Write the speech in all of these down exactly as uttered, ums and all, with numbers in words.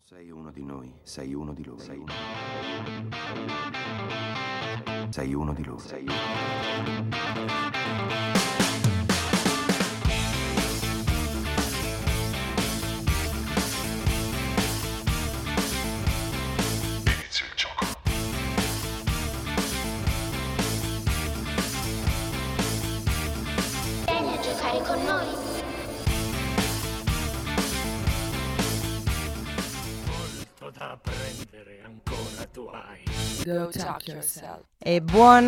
Sei uno di noi, sei uno di loro. Sei uno, sei uno di loro. Sei uno. Inizia il gioco. Vieni a giocare con noi. Da prendere ancora tu hai. Go talk yourself. E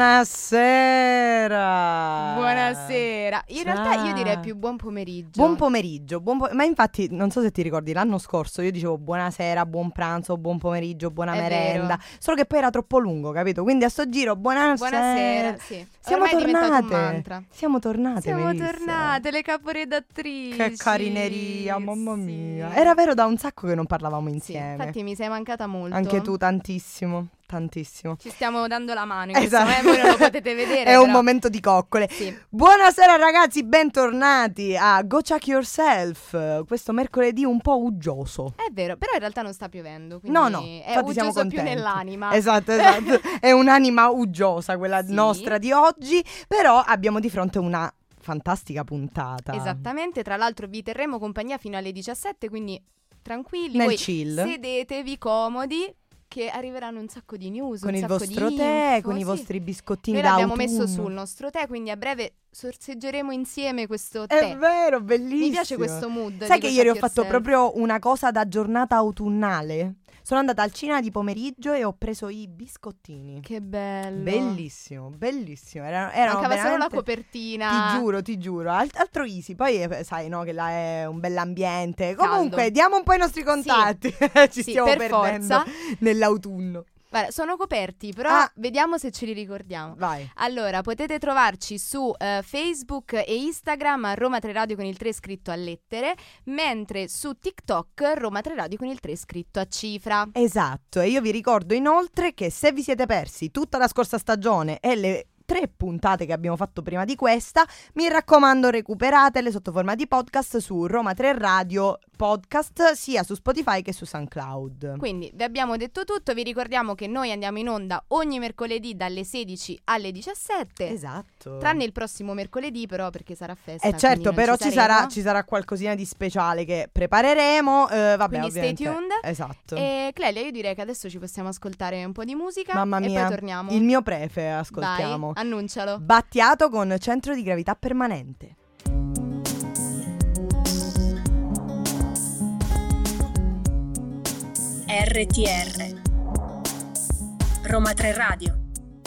buonasera. Buonasera. In Ciao. realtà io direi più buon pomeriggio. Buon pomeriggio, buon po- ma infatti non so se ti ricordi l'anno scorso io dicevo buonasera, buon pranzo, buon pomeriggio, buona È merenda, vero. solo che poi era troppo lungo, capito? Quindi a sto giro buonasera. Buonasera, sì. Siamo Ormai è diventato un tornate. mantra. Siamo tornate, Siamo Melissa. tornate, le caporedattrici. Che carineria, mamma Sì. mia. Era vero da un sacco che non parlavamo Sì, insieme. infatti mi sei mancata molto. Anche tu tantissimo, tantissimo. Ci stiamo dando la mano in Esatto. questo momento, voi non lo potete vedere. È un però. momento di coccole. Sì. Buonasera ragazzi, bentornati a Go Check Yourself. Questo mercoledì un po' uggioso. È vero, però in realtà non sta piovendo. Quindi No, no, è infatti siamo uggioso più contenti. nell'anima. Esatto, esatto. È un'anima uggiosa quella Sì. nostra di oggi, però abbiamo di fronte una fantastica puntata. Esattamente, tra l'altro vi terremo compagnia fino alle diciassette, quindi tranquilli, Nel voi chill. sedetevi comodi che arriveranno un sacco di news, Con un il sacco vostro di tè, info, con i sì. vostri biscottini Noi l'abbiamo d'autunno. messo sul nostro tè, quindi a breve sorseggeremo insieme questo È tè. vero, bellissimo. Mi piace questo mood. Sai di che Go ieri ho Check fatto Yourself. proprio una cosa da giornata autunnale? Sono andata al cinema di pomeriggio e ho preso i biscottini. Che bello. Bellissimo, bellissimo. Erano, erano Mancava solo la veramente- copertina. Ti giuro, ti giuro. Alt- altro easy. Poi eh, sai, no, che là è un bell'ambiente. Caldo. Comunque, diamo un po' i nostri contatti. Ci Sì, stiamo per perdendo forza. nell'autunno. Guarda, sono coperti, però Ah. vediamo se ce li ricordiamo. Vai. Allora, potete trovarci su eh, Facebook e Instagram a Roma tre Radio con il tre scritto a lettere, mentre su TikTok Roma tre Radio con il tre scritto a cifra. Esatto. E io vi ricordo inoltre che se vi siete persi tutta la scorsa stagione e le tre puntate che abbiamo fatto prima di questa, mi raccomando recuperatele sotto forma di podcast su Roma tre Radio Podcast, sia su Spotify che su SoundCloud. Quindi vi abbiamo detto tutto, vi ricordiamo che noi andiamo in onda ogni mercoledì dalle sedici alle diciassette. Esatto. Tranne il prossimo mercoledì però, perché sarà festa. Eh certo, quindi non però ci ci saremo. sarà, ci sarà qualcosina di speciale che prepareremo. eh, vabbè, Quindi stay ovviamente- tuned. Esatto. E Clelia, io direi che adesso ci possiamo ascoltare un po' di musica. Mamma e mia, poi torniamo. il mio prefe, ascoltiamo. Vai, annuncialo. Battiato con centro di gravità permanente. R T R Roma tre Radio.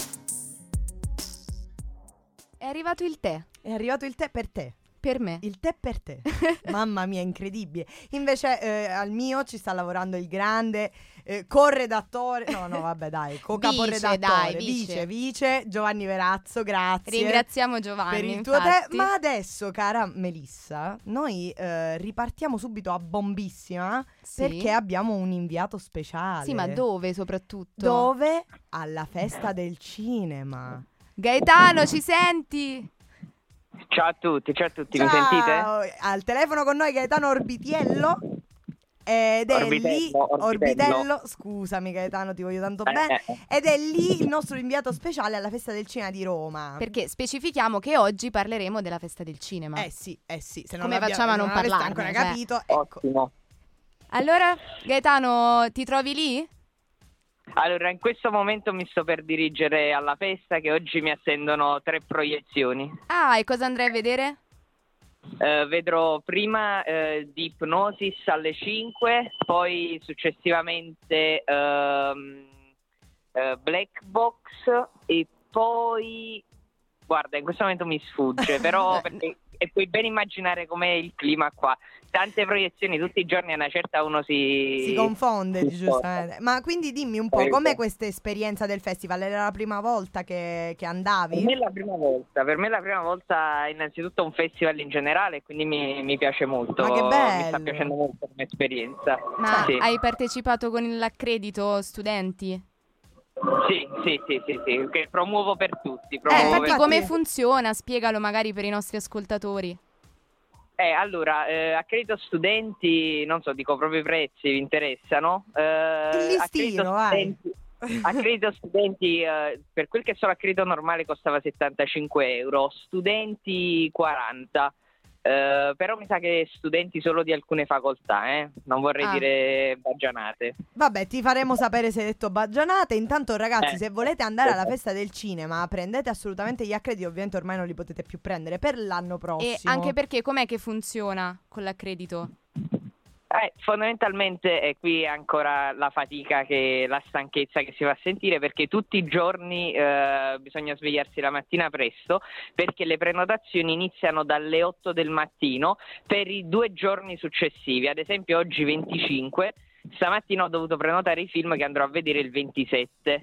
È arrivato il tè. È arrivato il tè per te. Per me. Il tè per te. Mamma mia, incredibile. Invece eh, al mio ci sta lavorando il grande eh, corredattore. No, no, vabbè, dai, co-caporedattore. Vice, dai, vice, vice. vice Giovanni Verazzo, grazie. Ringraziamo Giovanni per il tuo tè. infatti. Ma adesso, cara Melissa, noi eh, ripartiamo subito a bombissima Sì. perché abbiamo un inviato speciale. Sì, ma dove soprattutto? Dove? Alla festa del cinema. Gaetano, ci senti? Ciao a tutti, ciao a tutti, mi Ciao! sentite? Al telefono con noi Gaetano Orbitiello. Ed è Orbitello, lì Orbitello. Orbitello, scusami Gaetano, ti voglio tanto Eh, bene. eh. Ed è lì il nostro inviato speciale alla festa del cinema di Roma. Perché specifichiamo che oggi parleremo della festa del cinema. Eh sì, eh sì, se non Come l'abbiamo- facciamo a non non aveste parlarne, ancora cioè? capito, ecco. Ottimo. Allora, Gaetano, ti trovi lì? Allora, in questo momento mi sto per dirigere alla festa che oggi mi attendono tre proiezioni. Ah, e cosa andrai a vedere? Eh, vedrò prima eh, di Ipnosis alle cinque, poi successivamente ehm, eh, Black Box e poi... Guarda, in questo momento mi sfugge, però perché, e puoi ben immaginare com'è il clima qua. Tante proiezioni tutti i giorni, a una certa uno si... Si confonde, si giustamente. Ma quindi dimmi un po', Prego. com'è questa esperienza del festival? Era la prima volta che, che Per andavi? me è la prima volta, per me è la prima volta innanzitutto un festival in generale, quindi mi, mi piace molto. Ma che Mi sta bello. piacendo molto come esperienza. Ma Sì. hai partecipato con l'accredito studenti? Sì, sì, sì, sì, sì, che promuovo per tutti. Eh, Promuovo infatti per come infatti- funziona? Spiegalo magari per i nostri ascoltatori. Eh, allora, eh, accredito studenti, non so, dico proprio i prezzi, vi interessano? Eh, Il listino, accredito vai. studenti, accredito studenti eh, per quel che so l'accredito normale costava settantacinque euro, studenti quaranta. Uh, però mi sa che studenti solo di alcune facoltà, eh? Non vorrei Ah. dire baggianate. Vabbè, ti faremo sapere se hai detto baggianate. Intanto, ragazzi, Eh. se volete andare alla festa del cinema, prendete assolutamente gli accrediti. Ovviamente ormai non li potete più prendere per l'anno prossimo. E anche perché com'è che funziona con l'accredito? Eh, fondamentalmente è qui ancora la fatica, che la stanchezza che si fa sentire, perché tutti i giorni eh, bisogna svegliarsi la mattina presto, perché le prenotazioni iniziano dalle otto del mattino per i due giorni successivi. Ad esempio oggi venticinque, stamattina ho dovuto prenotare i film che andrò a vedere il ventisette.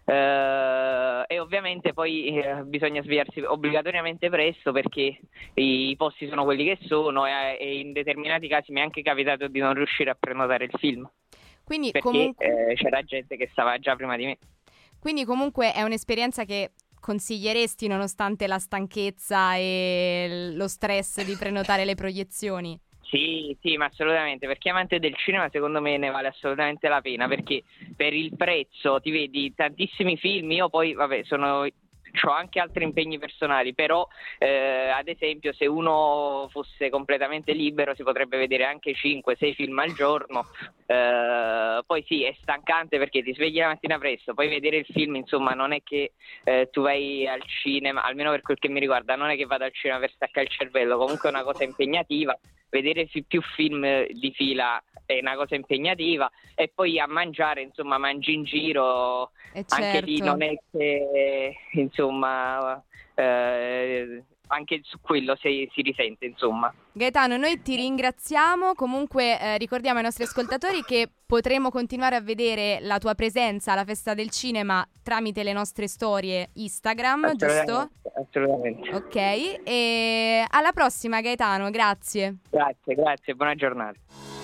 Uh, e ovviamente poi uh, bisogna svegliarsi obbligatoriamente presto, perché i, i posti sono quelli che sono, e, e in determinati casi mi è anche capitato di non riuscire a prenotare il film, Quindi perché comunque, eh, c'era gente che stava già prima di me. quindi comunque è un'esperienza che consiglieresti nonostante la stanchezza e lo stress di prenotare le proiezioni? Sì, sì, ma assolutamente, per chi è amante del cinema secondo me ne vale assolutamente la pena, perché per il prezzo ti vedi tantissimi film. Io poi, vabbè, sono... ho anche altri impegni personali, però eh, ad esempio se uno fosse completamente libero si potrebbe vedere anche cinque sei film al giorno. Eh, poi sì, è stancante perché ti svegli la mattina presto, poi vedere il film, insomma, non è che eh, tu vai al cinema, almeno per quel che mi riguarda, non è che vado al cinema per staccare il cervello, comunque è una cosa impegnativa. Vedere fi- più film di fila è una cosa impegnativa, e poi a mangiare, insomma, mangi in giro, E anche lì certo. non è che, insomma, eh, anche su quello si, si risente, insomma. Gaetano, noi ti ringraziamo. Comunque eh, ricordiamo ai nostri ascoltatori che potremo continuare a vedere la tua presenza alla Festa del Cinema tramite le nostre storie Instagram, giusto? Assolutamente. Ok, e alla prossima Gaetano, grazie. Grazie, grazie, buona giornata.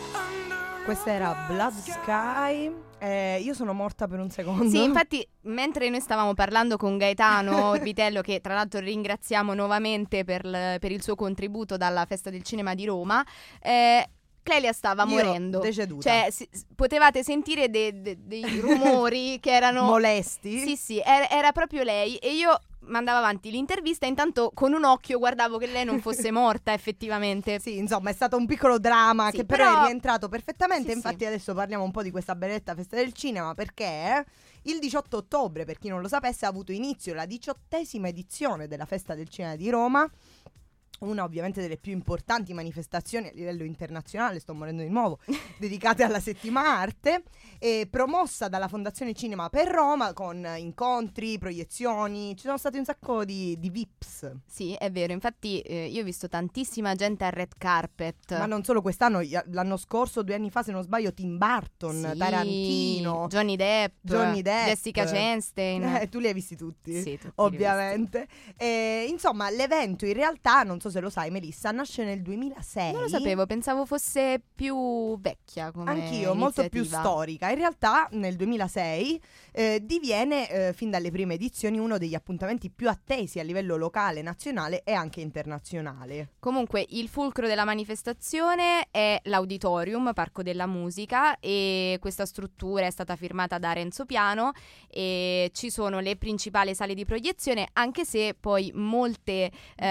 Questa era Blood Sky. Eh, io sono morta per un secondo. Sì, infatti, mentre noi stavamo parlando con Gaetano Vitello, che tra l'altro ringraziamo nuovamente per, l- per il suo contributo dalla Festa del Cinema di Roma, eh, Clelia stava Io morendo. deceduta. Cioè, si- s- potevate sentire de- de- dei rumori che erano molesti. Sì, sì, era, era proprio lei. E io mandavo avanti l'intervista, intanto con un occhio guardavo che lei non fosse morta effettivamente. Sì, insomma, è stato un piccolo dramma Sì, che però, però è rientrato perfettamente. Sì, Infatti sì. adesso parliamo un po' di questa benedetta Festa del Cinema, perché il diciotto ottobre, per chi non lo sapesse, ha avuto inizio la diciottesima edizione della Festa del Cinema di Roma. Una ovviamente delle più importanti manifestazioni a livello internazionale, sto morendo di nuovo, dedicate alla settima arte, e promossa dalla Fondazione Cinema per Roma, con incontri, proiezioni. Ci sono stati un sacco di, di V I Ps. Sì, è vero, infatti eh, io ho visto tantissima gente al red carpet. Ma non solo quest'anno, i- l'anno scorso, due anni fa se non sbaglio, Tim Burton, Sì, Tarantino, Johnny Depp, Johnny Depp. Jessica Chastain. Eh, tu li hai visti tutti? Sì, tutti li ho Ovviamente. E, insomma, l'evento in realtà, non so se lo sai Melissa, nasce nel duemilasei. Non lo sapevo, pensavo fosse più vecchia come Anch'io, molto più iniziativa. storica. In realtà nel duemilasei eh, diviene eh, fin dalle prime edizioni uno degli appuntamenti più attesi a livello locale, nazionale e anche internazionale. Comunque il fulcro della manifestazione è l'Auditorium, Parco della Musica, e questa struttura è stata firmata da Renzo Piano e ci sono le principali sale di proiezione, anche se poi molte,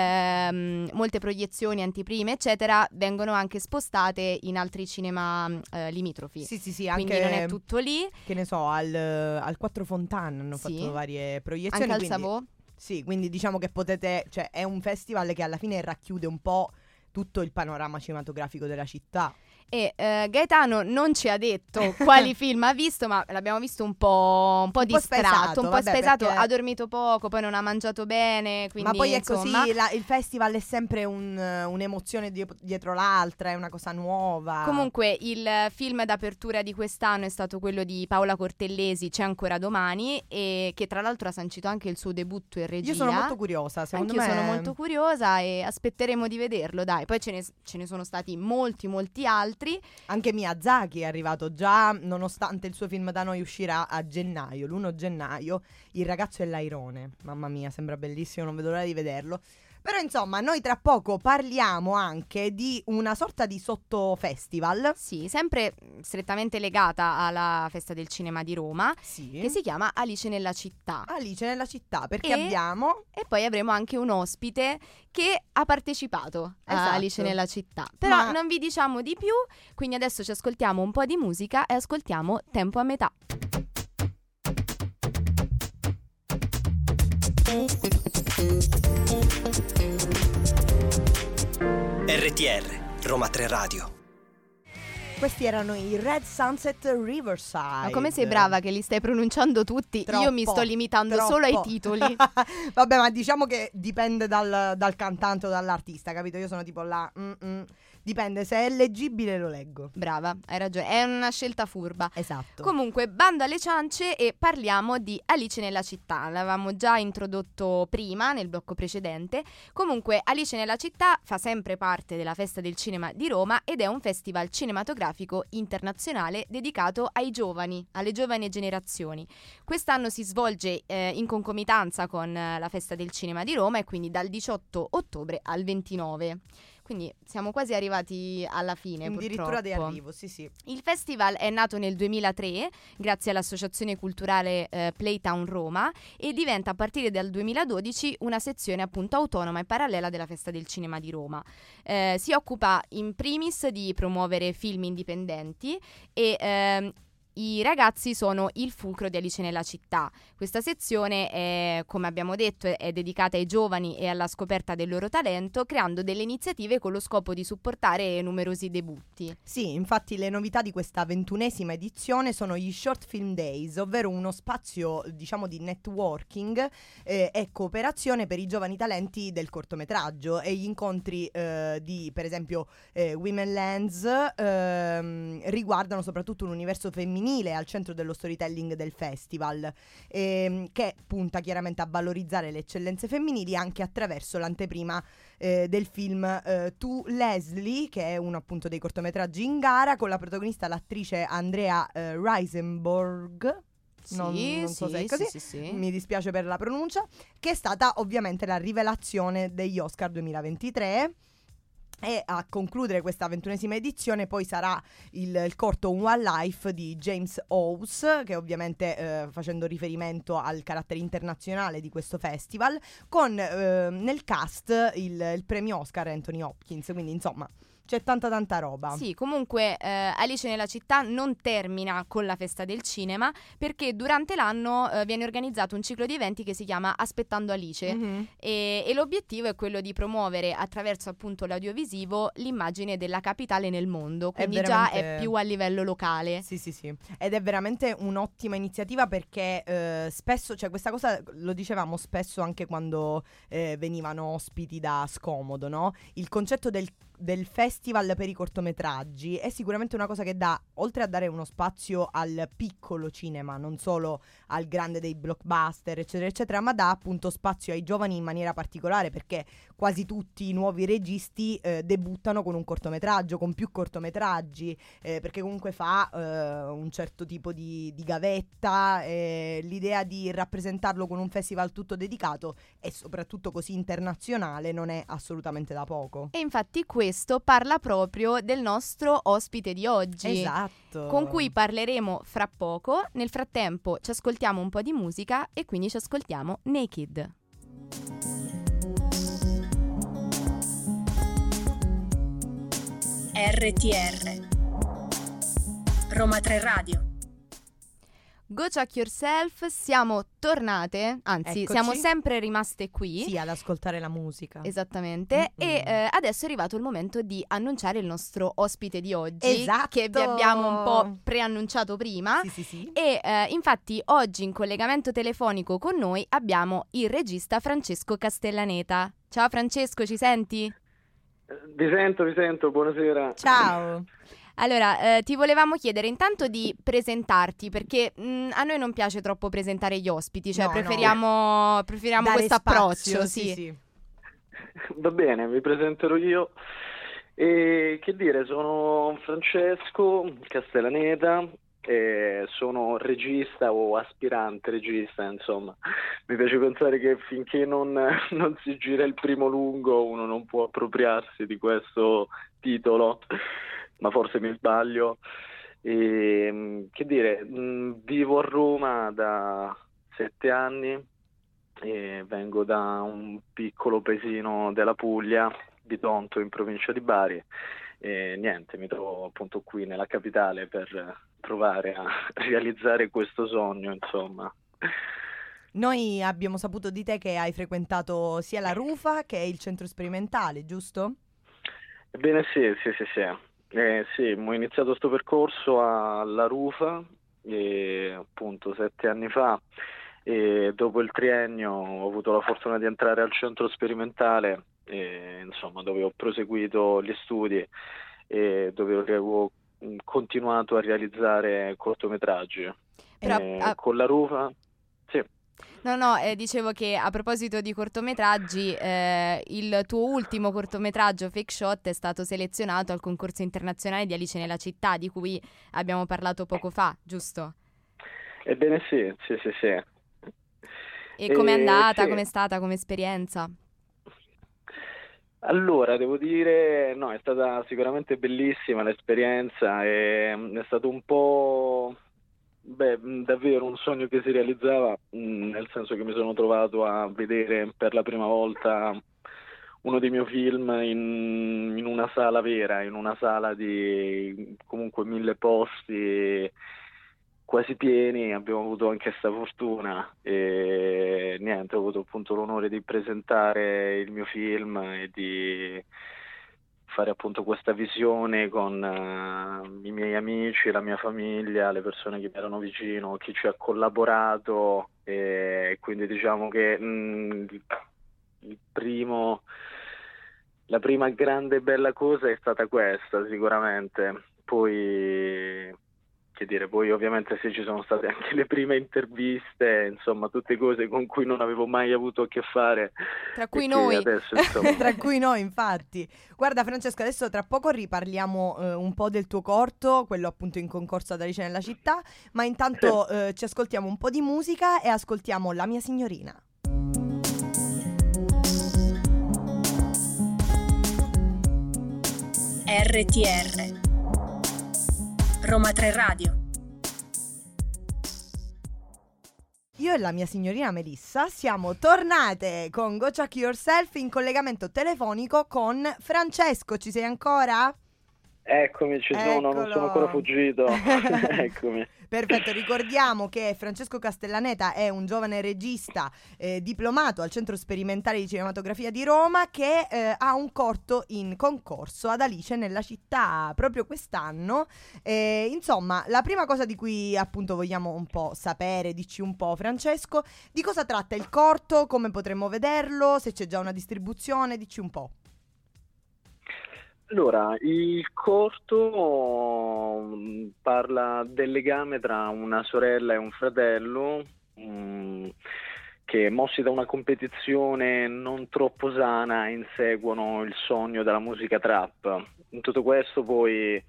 ehm, molte proiezioni, anteprime eccetera vengono anche spostate in altri cinema eh, limitrofi. Sì, sì, sì, Quindi anche non è tutto lì. che ne so, al, al Quattro Fontane hanno Sì. fatto varie proiezioni. Anche al quindi- Savoy. Sì, quindi diciamo che potete, cioè è un festival che alla fine racchiude un po' tutto il panorama cinematografico della città. E eh, Gaetano non ci ha detto quali film ha visto, ma l'abbiamo visto un po', un po' Un po' distratto, spesato, un po' vabbè, spesato, perché- ha dormito poco, poi non ha mangiato bene, quindi Ma poi è insomma, così, la- il festival è sempre un- un'emozione die- dietro l'altra, è una cosa nuova. Comunque il film d'apertura di quest'anno è stato quello di Paola Cortellesi, C'è ancora domani, e che tra l'altro ha sancito anche il suo debutto in regia. Io sono molto curiosa, secondo Anch'io me sono molto curiosa e aspetteremo di vederlo, dai. Poi ce ne, ce ne sono stati molti, molti altri. Anche Miyazaki è arrivato già, nonostante il suo film da noi uscirà a gennaio, l'primo gennaio, Il ragazzo e l'airone. Mamma mia, sembra bellissimo, non vedo l'ora di vederlo. Però insomma noi tra poco parliamo anche di una sorta di sottofestival. Sì, sempre strettamente legata alla Festa del Cinema di Roma, Sì. che si chiama Alice nella città. Alice nella città, perché E- abbiamo... E poi avremo anche un ospite che ha partecipato a Esatto. Alice nella città. Però Ma- non vi diciamo di più, quindi adesso ci ascoltiamo un po' di musica e ascoltiamo Tempo a metà. R T R, Roma tre Radio. Questi erano i Red Sunset Riverside. Ma come sei brava che li stai pronunciando tutti? Troppo, Io mi sto limitando solo ai troppo. titoli. Vabbè, ma diciamo che dipende dal, dal cantante o dall'artista, capito? Io sono tipo là, mm-mm. Dipende, se è leggibile lo leggo. Brava, hai ragione, è una scelta furba. Esatto. Comunque, bando alle ciance e parliamo di Alice nella città. L'avevamo già introdotto prima, nel blocco precedente. Comunque, Alice nella città fa sempre parte della Festa del Cinema di Roma ed è un festival cinematografico internazionale dedicato ai giovani, alle giovani generazioni. Quest'anno si svolge eh, in concomitanza con eh, la Festa del Cinema di Roma e quindi dal diciotto ottobre al ventinove. Quindi siamo quasi arrivati alla fine, Addirittura di purtroppo. arrivo, sì sì. Il festival è nato nel duemilatré grazie all'associazione culturale eh, Playtown Roma e diventa a partire dal duemiladodici una sezione appunto autonoma e parallela della Festa del Cinema di Roma. Eh, si occupa in primis di promuovere film indipendenti e ehm, i ragazzi sono il fulcro di Alice nella città. Questa sezione è, come abbiamo detto, è, è dedicata ai giovani e alla scoperta del loro talento, creando delle iniziative con lo scopo di supportare numerosi debutti. Sì, infatti le novità di questa ventunesima edizione sono gli Short Film Days, ovvero uno spazio, diciamo, di networking eh, e cooperazione per i giovani talenti del cortometraggio, e gli incontri eh, di, per esempio, eh, Women Lens ehm, riguardano soprattutto un universo femminile al centro dello storytelling del festival, ehm, che punta chiaramente a valorizzare le eccellenze femminili anche attraverso l'anteprima eh, del film eh, To Leslie, che è uno appunto dei cortometraggi in gara, con la protagonista l'attrice Andrea eh, Riseborough. Non, non so sì, se è così, sì, sì, sì. mi dispiace per la pronuncia, che è stata ovviamente la rivelazione degli Oscar duemilaventitré. E a concludere questa ventunesima edizione poi sarà il, il corto One Life di James Hawes, che ovviamente eh, facendo riferimento al carattere internazionale di questo festival, con eh, nel cast il, il premio Oscar Anthony Hopkins, quindi insomma c'è tanta tanta roba. Sì, comunque eh, Alice nella città non termina con la Festa del Cinema, perché durante l'anno eh, viene organizzato un ciclo di eventi che si chiama Aspettando Alice. Mhm. E, e l'obiettivo è quello di promuovere attraverso appunto l'audiovisivo l'immagine della capitale nel mondo, quindi già veramente- è più a livello locale. Sì, sì, sì. Ed è veramente un'ottima iniziativa, perché eh, spesso, cioè questa cosa lo dicevamo spesso anche quando eh, venivano ospiti da Scomodo, no? Il concetto del del festival per i cortometraggi è sicuramente una cosa che dà, oltre a dare uno spazio al piccolo cinema, non solo al grande dei blockbuster eccetera eccetera, ma dà appunto spazio ai giovani in maniera particolare, perché quasi tutti i nuovi registi eh, debuttano con un cortometraggio, con più cortometraggi, eh, perché comunque fa eh, un certo tipo di, di gavetta, eh, l'idea di rappresentarlo con un festival tutto dedicato e soprattutto così internazionale non è assolutamente da poco. E infatti questo parla proprio del nostro ospite di oggi, Esatto. con cui parleremo fra poco. Nel frattempo ci ascoltiamo un po' di musica e quindi ci ascoltiamo Naked. R T R Roma tre Radio. Go Check Yourself, siamo tornate, anzi Eccoci. siamo sempre rimaste qui. Sì, ad ascoltare la musica. Esattamente. Mm-mm. E eh, adesso è arrivato il momento di annunciare il nostro ospite di oggi, Esatto. che vi abbiamo un po' preannunciato prima. Sì, sì, sì. E eh, infatti oggi in collegamento telefonico con noi abbiamo il regista Francesco Castellaneta. Ciao Francesco, ci senti? Vi sento, vi sento, buonasera. Ciao. Allora, eh, ti volevamo chiedere intanto di presentarti, perché mh, a noi non piace troppo presentare gli ospiti, cioè No, preferiamo, preferiamo Dare questo spazio, approccio, sì, sì. sì. Va bene, mi presenterò io. E che dire, sono Francesco Castellaneta, e sono regista o aspirante regista, insomma. Mi piace pensare che finché non, non si gira il primo lungo uno non può appropriarsi di questo titolo, ma forse mi sbaglio. E, che dire, mh, vivo a Roma da sette anni e vengo da un piccolo paesino della Puglia, Bitonto, in provincia di Bari, e niente, mi trovo appunto qui nella capitale per provare a realizzare questo sogno, insomma. Noi abbiamo saputo di te che hai frequentato sia la Rufa che il centro sperimentale, giusto? Ebbene sì, sì, sì, sì. Eh, sì, ho iniziato questo percorso alla Rufa e, appunto sette anni fa, e dopo il triennio ho avuto la fortuna di entrare al centro sperimentale, e, insomma, dove ho proseguito gli studi e dove avevo continuato a realizzare cortometraggi. Però, eh, a... con la Rufa, sì. No, no, eh, dicevo che a proposito di cortometraggi, eh, il tuo ultimo cortometraggio, Fake Shot, è stato selezionato al concorso internazionale di Alice nella città, di cui abbiamo parlato poco fa, giusto? Ebbene sì, sì, sì, sì. E com'è andata? Sì. Com'è stata come esperienza? Allora, devo dire, no, è stata sicuramente bellissima l'esperienza, e, è stato un po', beh, davvero un sogno che si realizzava, mh, nel senso che mi sono trovato a vedere per la prima volta uno dei miei film in, in una sala vera, in una sala di comunque mille posti, quasi pieni. Abbiamo avuto anche questa fortuna e niente, ho avuto appunto l'onore di presentare il mio film e di fare appunto questa visione con uh, i miei amici, la mia famiglia, le persone che mi erano vicino, chi ci ha collaborato, e quindi diciamo che mh, il primo, la prima grande e bella cosa è stata questa sicuramente. Poi che dire, poi ovviamente sì, ci sono state anche le prime interviste, insomma tutte cose con cui non avevo mai avuto a che fare. Tra cui noi. Adesso, insomma... tra cui noi, infatti. Guarda Francesco, adesso tra poco riparliamo eh, un po' del tuo corto, quello appunto in concorso ad Alice nella città, ma intanto sì. eh, ci ascoltiamo un po' di musica e ascoltiamo La mia signorina. R T R Roma tre Radio. Io e la mia signorina Melissa siamo tornate con Go Check Yourself in collegamento telefonico con Francesco. Ci sei ancora? Eccomi, ci sono, Eccolo. non sono ancora fuggito. Eccomi. Perfetto, ricordiamo che Francesco Castellaneta è un giovane regista eh, diplomato al Centro Sperimentale di Cinematografia di Roma che eh, ha un corto in concorso ad Alice nella città proprio quest'anno. Eh, insomma, la prima cosa di cui appunto vogliamo un po' sapere, dici un po' Francesco, di cosa tratta il corto, come potremmo vederlo, se c'è già una distribuzione, dici un po'. Allora, il corto mh, parla del legame tra una sorella e un fratello mh, che, mossi da una competizione non troppo sana, inseguono il sogno della musica trap. In tutto questo poi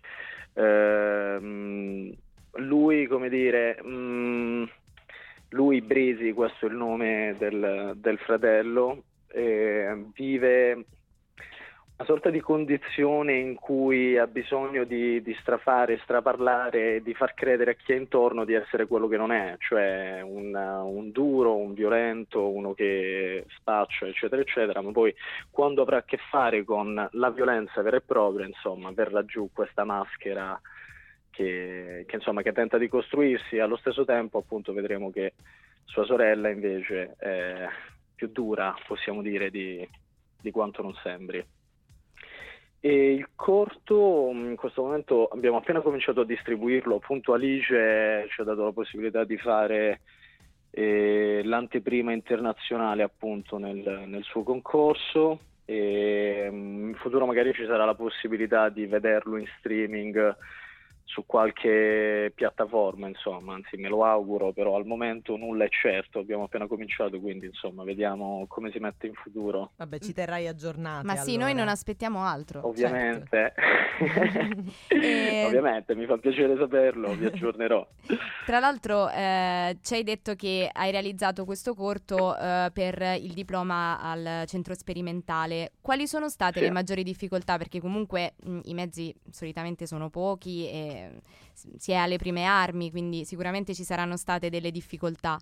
ehm, lui, come dire, mh, lui Brisi, questo è il nome del, del fratello, eh, vive una sorta di condizione in cui ha bisogno di, di strafare, straparlare, di far credere a chi è intorno di essere quello che non è, cioè un, un duro, un violento, uno che spaccia, eccetera, eccetera, ma poi quando avrà a che fare con la violenza vera e propria, insomma, verrà giù questa maschera che, che, insomma, che tenta di costruirsi. Allo stesso tempo, appunto, vedremo che sua sorella invece è più dura, possiamo dire, di, di quanto non sembri. E il corto, in questo momento abbiamo appena cominciato a distribuirlo, appunto Alice ci ha dato la possibilità di fare eh, l'anteprima internazionale appunto nel, nel suo concorso, e in futuro magari ci sarà la possibilità di vederlo in streaming su qualche piattaforma, insomma, anzi me lo auguro, però al momento nulla è certo, abbiamo appena cominciato, quindi insomma vediamo come si mette in futuro. Vabbè, ci terrai aggiornati. Ma sì, allora. noi non aspettiamo altro. Ovviamente, certo. e... ovviamente mi fa piacere saperlo, vi aggiornerò. Tra l'altro eh, ci hai detto che hai realizzato questo corto eh, per il diploma al centro sperimentale. Quali sono state Sì. le maggiori difficoltà? Perché comunque mh, i mezzi solitamente sono pochi e si è alle prime armi, quindi sicuramente ci saranno state delle difficoltà.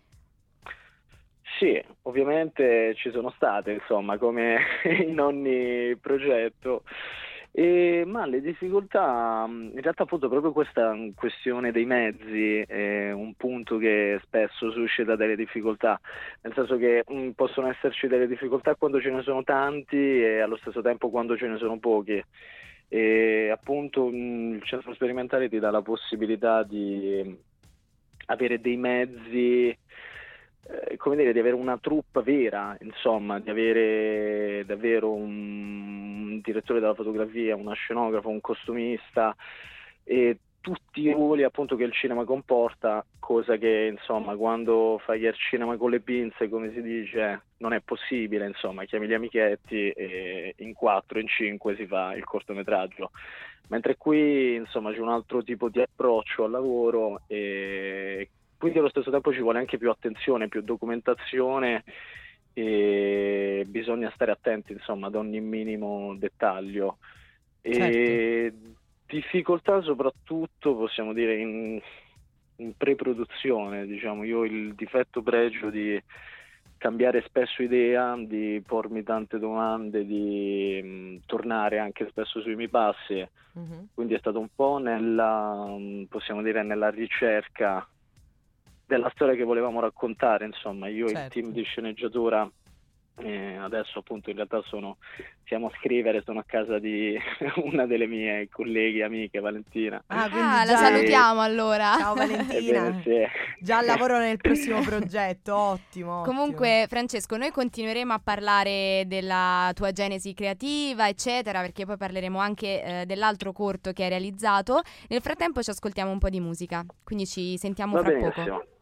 Sì, ovviamente ci sono state, insomma, come in ogni progetto. E, ma le difficoltà, in realtà appunto proprio questa questione dei mezzi è un punto che spesso suscita delle difficoltà, nel senso che mh, possono esserci delle difficoltà quando ce ne sono tanti e allo stesso tempo quando ce ne sono pochi. E appunto mh, il centro sperimentale ti dà la possibilità di avere dei mezzi, eh, come dire, di avere una troupe vera, insomma, di avere davvero un, un direttore della fotografia, una scenografo, un costumista e tutti i ruoli appunto che il cinema comporta, cosa che insomma quando fai il cinema con le pinze, come si dice, non è possibile, insomma, chiami gli amichetti e in quattro, in cinque si fa il cortometraggio, mentre qui insomma c'è un altro tipo di approccio al lavoro e quindi allo stesso tempo ci vuole anche più attenzione, più documentazione e bisogna stare attenti insomma ad ogni minimo dettaglio. E Certo. difficoltà soprattutto possiamo dire in, in pre-produzione, diciamo, io ho il difetto pregio di cambiare spesso idea, di pormi tante domande, di mh, tornare anche spesso sui miei passi, Mhm. quindi è stato un po' nella, mh, possiamo dire, nella ricerca della storia che volevamo raccontare, insomma, io e il Certo. team di sceneggiatura. Eh, adesso appunto in realtà sono, siamo a scrivere, sono a casa di una delle mie colleghe, amiche, Valentina. Ah, quindi Ah, la già- salutiamo allora. Ciao Valentina. Ebbene, sì. Già al lavoro nel prossimo progetto, ottimo. Comunque, Francesco, noi continueremo a parlare della tua genesi creativa, eccetera, perché poi parleremo anche eh, dell'altro corto che hai realizzato. Nel frattempo ci ascoltiamo un po' di musica, quindi ci sentiamo Va fra benissimo. poco.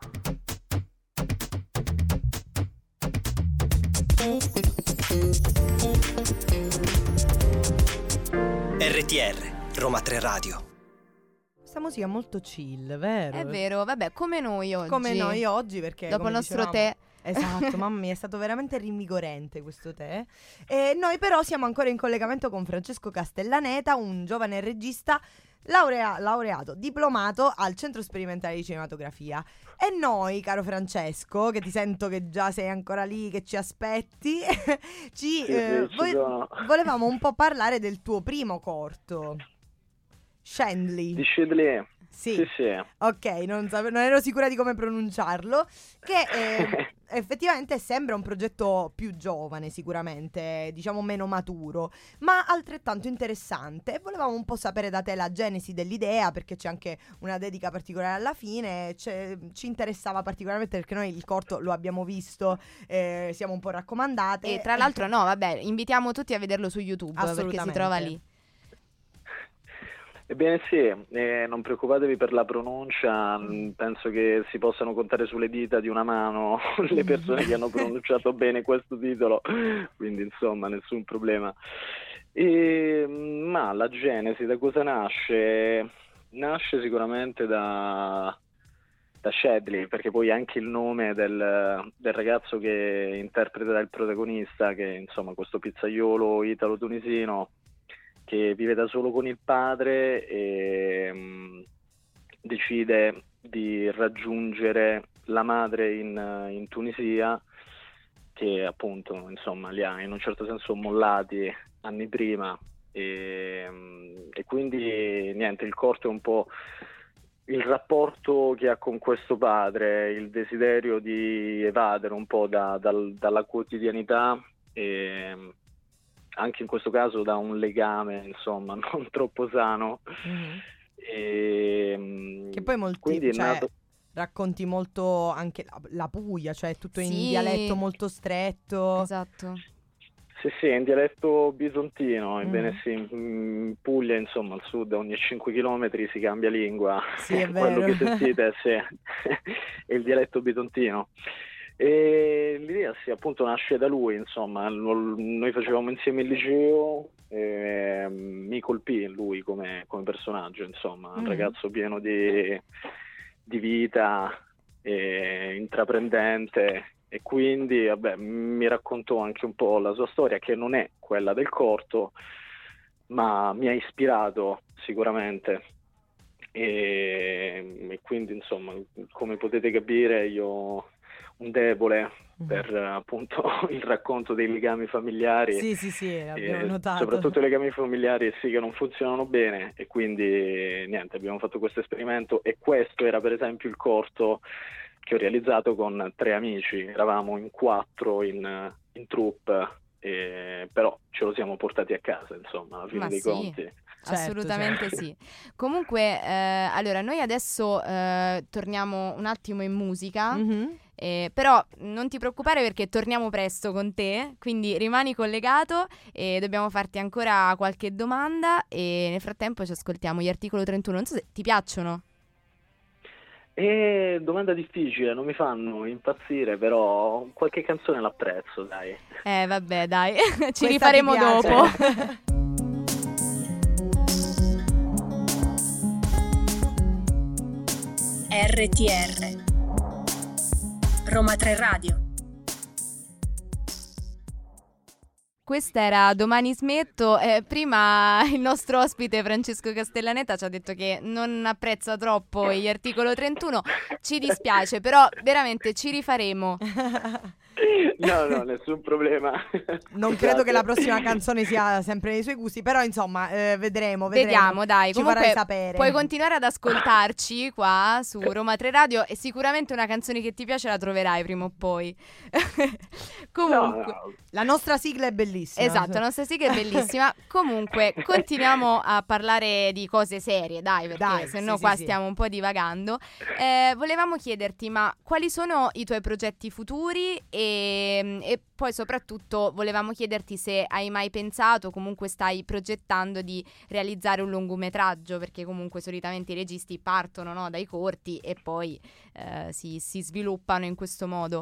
R T R, Roma tre Radio. Questa musica è molto chill, vero? È vero, vabbè, come noi oggi. Come noi oggi, perché Dopo come il nostro dicevamo- tè. Esatto, mamma mia, è stato veramente rinvigorente questo tè. E noi però siamo ancora in collegamento con Francesco Castellaneta, un giovane regista laurea- laureato, diplomato al Centro Sperimentale di Cinematografia. E noi, caro Francesco, che ti sento che già sei ancora lì, che ci aspetti, ci, Sì, sì, eh, ci vo- sono. volevamo un po' parlare del tuo primo corto, Shandley. Di Shidley. Sì. Sì, sì. Ok, non, sape- non ero sicura di come pronunciarlo. Che eh, effettivamente sembra un progetto più giovane, sicuramente, diciamo meno maturo, ma altrettanto interessante. E volevamo un po' sapere da te la genesi dell'idea, perché c'è anche una dedica particolare alla fine. C'è- ci interessava particolarmente perché noi il corto lo abbiamo visto, eh, siamo un po' raccomandate. E tra l'altro, no, vabbè, invitiamo tutti a vederlo su YouTube perché si Assolutamente. trova lì. Ebbene sì, eh, non preoccupatevi per la pronuncia, mh, penso che si possano contare sulle dita di una mano le persone che hanno pronunciato bene questo titolo, quindi insomma nessun problema. E, mh, ma la genesi da cosa nasce? Nasce sicuramente da, da Shadley, perché poi anche il nome del, del ragazzo che interpreta il protagonista, che è insomma questo pizzaiolo italo-tunisino, che vive da solo con il padre e mh, decide di raggiungere la madre in, in Tunisia, che appunto insomma li ha in un certo senso mollati anni prima e, mh, e quindi niente, il corto è un po' il rapporto che ha con questo padre, il desiderio di evadere un po' da, dal, dalla quotidianità e anche in questo caso da un legame insomma non troppo sano. Mhm. E, Che poi molti, quindi è cioè, nato. racconti molto anche la, la Puglia, cioè tutto in Sì. dialetto molto stretto. Esatto. Sì, sì, in dialetto bisontino, ebbene Mm. sì, in Puglia, insomma, al sud ogni cinque chilometri si cambia lingua. Sì, è Quello vero. che sentite sì, è il dialetto bisontino. E l'idea sì, appunto nasce da lui, insomma, lo- noi facevamo insieme il liceo, e mi colpì lui come, come personaggio, insomma, un Mm. ragazzo pieno di, di vita, e intraprendente, e quindi vabbè, mi raccontò anche un po' la sua storia, che non è quella del corto, ma mi ha ispirato sicuramente. E, e quindi insomma, come potete capire, io ho un debole per appunto il racconto dei legami familiari. Sì, sì, sì, abbiamo e notato. soprattutto i legami familiari sì che non funzionano bene, e quindi niente, abbiamo fatto questo esperimento, e questo era per esempio il corto che ho realizzato con tre amici. Eravamo in quattro in, in troupe, e, però ce lo siamo portati a casa, insomma, alla fine Ma dei sì. conti. Certo, Assolutamente certo. sì. Comunque, eh, allora, noi adesso eh, torniamo un attimo in musica, Mhm. eh, però non ti preoccupare perché torniamo presto con te, quindi rimani collegato e dobbiamo farti ancora qualche domanda e nel frattempo ci ascoltiamo gli Articolo trentuno. Non so se ti piacciono. E domanda difficile, non mi fanno impazzire, però qualche canzone l'apprezzo, dai. Eh, vabbè, dai, ci Questa rifaremo ti piace? dopo. R T R Roma tre Radio. Questa era Domani smetto. Eh, prima il nostro ospite Francesco Castellaneta ci ha detto che non apprezza troppo gli Articolo trentuno. Ci dispiace, però veramente ci rifaremo. No, no, nessun problema. Non Scusate. credo che la prossima canzone sia sempre nei suoi gusti, però insomma, eh, vedremo, vedremo. Vediamo, dai. Ci Comunque farai sapere. puoi continuare ad ascoltarci qua su Roma tre Radio e sicuramente una canzone che ti piace la troverai prima o poi. Comunque, No, no. La nostra sigla è bellissima. esatto, la nostra sigla è bellissima. Comunque, continuiamo a parlare di cose serie, dai, perché Dai, se sì, no sì, qua sì. stiamo un po' divagando. Eh, volevamo chiederti, ma quali sono i tuoi progetti futuri e, e poi soprattutto volevamo chiederti se hai mai pensato, comunque stai progettando di realizzare un lungometraggio, perché comunque solitamente i registi partono, no, dai corti e poi eh, si, si sviluppano in questo modo.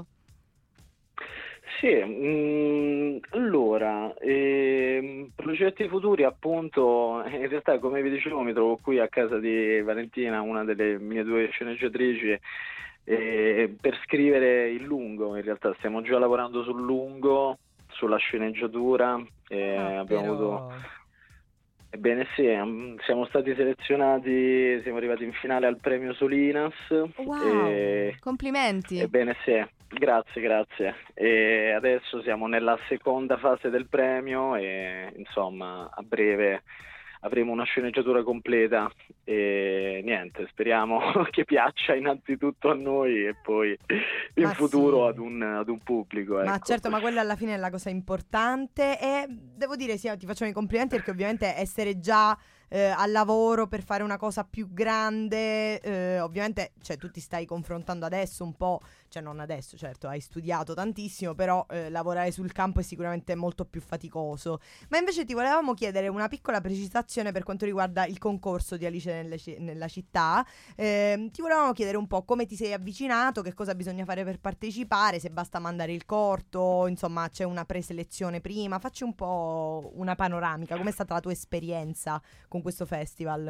Sì, mm, allora, ehm, progetti futuri appunto, in realtà come vi dicevo mi trovo qui a casa di Valentina, una delle mie due sceneggiatrici, eh, per scrivere il lungo. In realtà stiamo già lavorando sul lungo, sulla sceneggiatura, e Ah, abbiamo però- avuto... Ebbene sì, mm, siamo stati selezionati, siamo arrivati in finale al premio Solinas. Wow, e- complimenti. Ebbene sì, grazie, grazie. E adesso siamo nella seconda fase del premio e insomma a breve avremo una sceneggiatura completa e niente, speriamo che piaccia innanzitutto a noi e poi in Ma futuro sì. ad un, ad un pubblico. Ma Ecco. certo, ma quella alla fine è la cosa importante e devo dire sì, ti facciamo i complimenti perché ovviamente essere già eh, al lavoro per fare una cosa più grande, eh, ovviamente, cioè tu ti stai confrontando adesso un po', cioè non adesso, certo, hai studiato tantissimo, però eh, lavorare sul campo è sicuramente molto più faticoso. Ma invece ti volevamo chiedere una piccola precisazione per quanto riguarda il concorso di Alice nelle ci- nella città. Eh, ti volevamo chiedere un po' come ti sei avvicinato, che cosa bisogna fare per partecipare, se basta mandare il corto, insomma c'è una preselezione prima. Facci un po' una panoramica, com'è stata la tua esperienza con questo festival?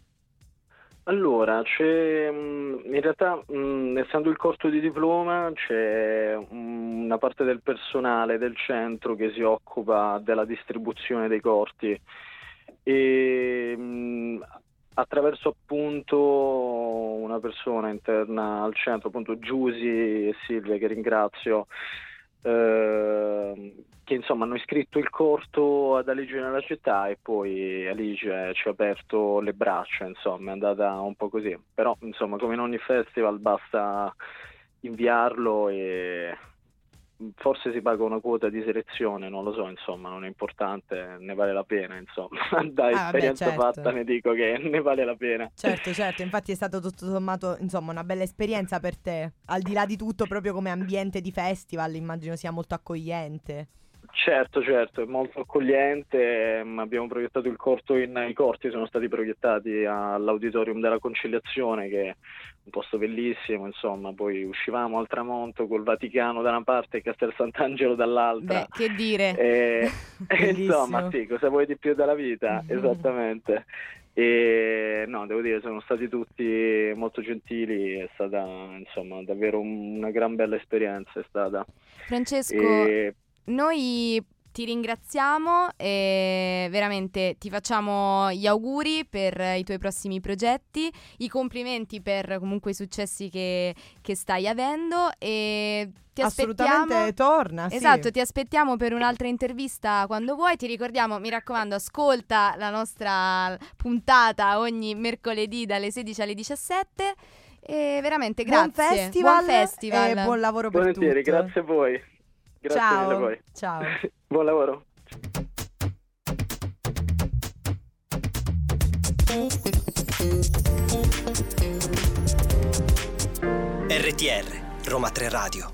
Allora, c'è mh, in realtà, mh, essendo il corso di diploma, c'è mh, una parte del personale del centro che si occupa della distribuzione dei corti e mh, attraverso appunto una persona interna al centro, appunto Giusy e Silvia, che ringrazio, eh, che insomma hanno iscritto il corto ad Alice nella città e poi Alice ci ha aperto le braccia, insomma è andata un po' così, però insomma come in ogni festival basta inviarlo e forse si paga una quota di selezione, non lo so, insomma non è importante, ne vale la pena, insomma da Ah, vabbè, esperienza certo. fatta ne dico che ne vale la pena. Certo, certo, infatti è stato tutto sommato, insomma, una bella esperienza per te, al di là di tutto proprio come ambiente di festival, immagino sia molto accogliente. Certo, certo, è molto accogliente. ehm, Abbiamo proiettato il corto in... I corti sono stati proiettati all'Auditorium della Conciliazione, che è un posto bellissimo, insomma. Poi uscivamo al tramonto col Vaticano da una parte e Castel Sant'Angelo dall'altra. Beh, che dire. E, e Bellissimo. insomma, sì, cosa vuoi di più dalla vita? Esattamente. E no, devo dire, sono stati tutti molto gentili, è stata insomma davvero un- una gran bella esperienza, è stata. Francesco, E noi ti ringraziamo e veramente ti facciamo gli auguri per i tuoi prossimi progetti, i complimenti per comunque i successi che, che stai avendo e ti aspettiamo. Assolutamente torna, sì. Esatto, ti aspettiamo per un'altra intervista quando vuoi. Ti ricordiamo, mi raccomando, ascolta la nostra puntata ogni mercoledì dalle sedici alle diciassette. E veramente grazie. Buon festival, Buon festival. e buon lavoro per volentieri, tutto. grazie a voi. Grazie Ciao. mille a voi. Ciao. Buon lavoro. R T R, Roma tre Radio.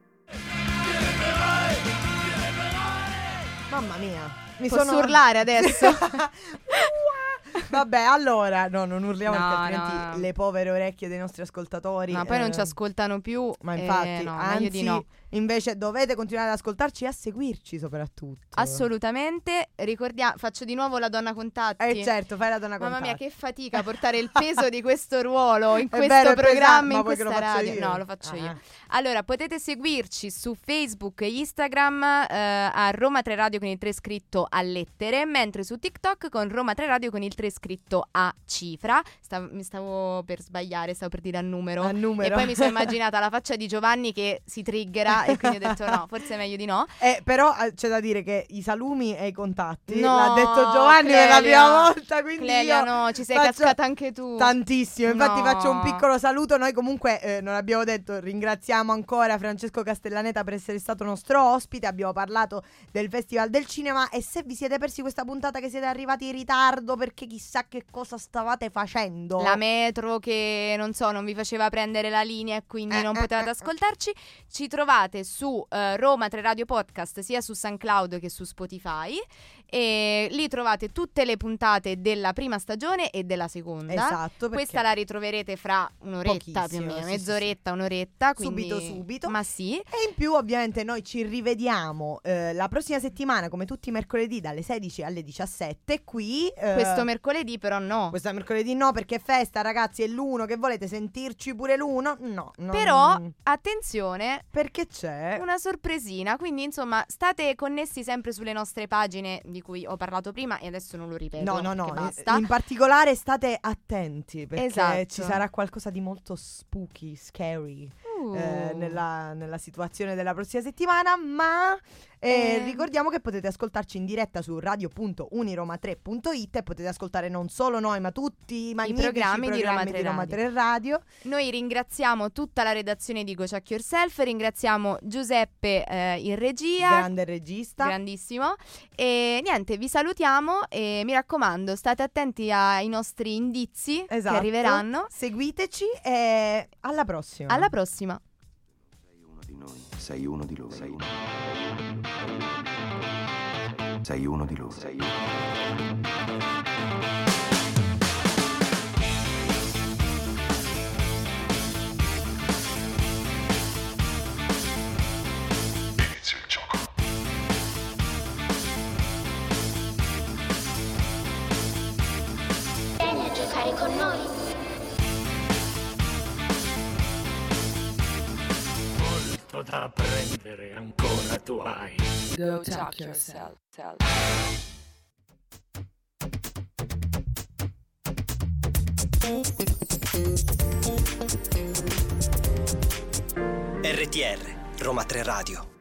Mamma mia. Mi Posso sono... urlare adesso? Vabbè, allora, no, non urliamo No, perché altrimenti no. le povere orecchie dei nostri ascoltatori. Ma poi non eh, ci ascoltano più. Ma eh, infatti, no, meglio anzi, di no. invece dovete continuare ad ascoltarci e a seguirci soprattutto. Assolutamente. Ricordiamo, faccio di nuovo la donna contatti. Eh certo, fai la donna Mamma contatti. mia, che fatica portare il peso di questo ruolo in È questo vero, è pesante, programma, ma in vuoi che questa lo faccio radio. io? No, lo faccio Ah. io. Allora, potete seguirci su Facebook e Instagram eh, a Roma tre Radio con il tre scritto a lettere, mentre su TikTok con Roma tre Radio con il tre scritto a cifra. Stav- mi stavo per sbagliare, stavo per dire a numero. A numero. E poi mi sono immaginata la faccia di Giovanni che si triggera e quindi ho detto no, forse è meglio di no. Eh, però eh, c'è da dire che i salumi e i contatti No, l'ha detto Giovanni Clelia. per la prima volta, quindi Clelia, io no, ci sei faccio cascata anche tu. tantissimo. Infatti No. faccio un piccolo saluto. Noi comunque eh, non abbiamo detto, ringraziamo ancora Francesco Castellaneta per essere stato nostro ospite. Abbiamo parlato del Festival del Cinema e se vi siete persi questa puntata, che siete arrivati in ritardo perché chissà che cosa stavate facendo, La metro che non so, non vi faceva prendere la linea e quindi Eh, non eh, potevate eh, ascoltarci, ci trovate su eh, Roma tre Radio Podcast sia su SoundCloud che su Spotify e lì trovate tutte le puntate della prima stagione e della seconda. Esatto, perché Questa la ritroverete fra un'oretta più o Pochissimo, meno, sì, sì, mezz'oretta, un'oretta, quindi Subito, subito. Ma sì. E in più ovviamente noi ci rivediamo eh, la prossima settimana come tutti i mercoledì dalle sedici alle diciassette qui eh, Questo mercoledì però no. questo mercoledì no, perché è festa, ragazzi, è l'uno. Che volete sentirci pure l'uno? No, no. Però attenzione, perché c'è una sorpresina, quindi insomma state connessi sempre sulle nostre pagine di cui ho parlato prima e adesso non lo ripeto. No, no, no, che basta. in particolare state attenti perché Esatto. ci sarà qualcosa di molto spooky, scary Uh. eh, nella, nella situazione della prossima settimana, ma eh, Eh. ricordiamo che potete ascoltarci in diretta su radio punto uniroma tre punto it e potete ascoltare non solo noi ma tutti i magnifici programmi di Roma tre di Roma Radio. tre Radio. Noi ringraziamo tutta la redazione di Go Check Yourself, ringraziamo Giuseppe eh, in regia, Grande regista. grandissimo, e niente, vi salutiamo e mi raccomando state attenti ai nostri indizi Esatto. che arriveranno. Seguiteci e alla prossima. Alla prossima. Sei uno di noi, sei uno di loro. Sei uno di loro. Sei uno di loro. Sei uno di loro. Inizia il gioco. Vieni a giocare con noi. Molto da prendere ancora tu hai. Go talk yourself. R T R, Roma tre Radio.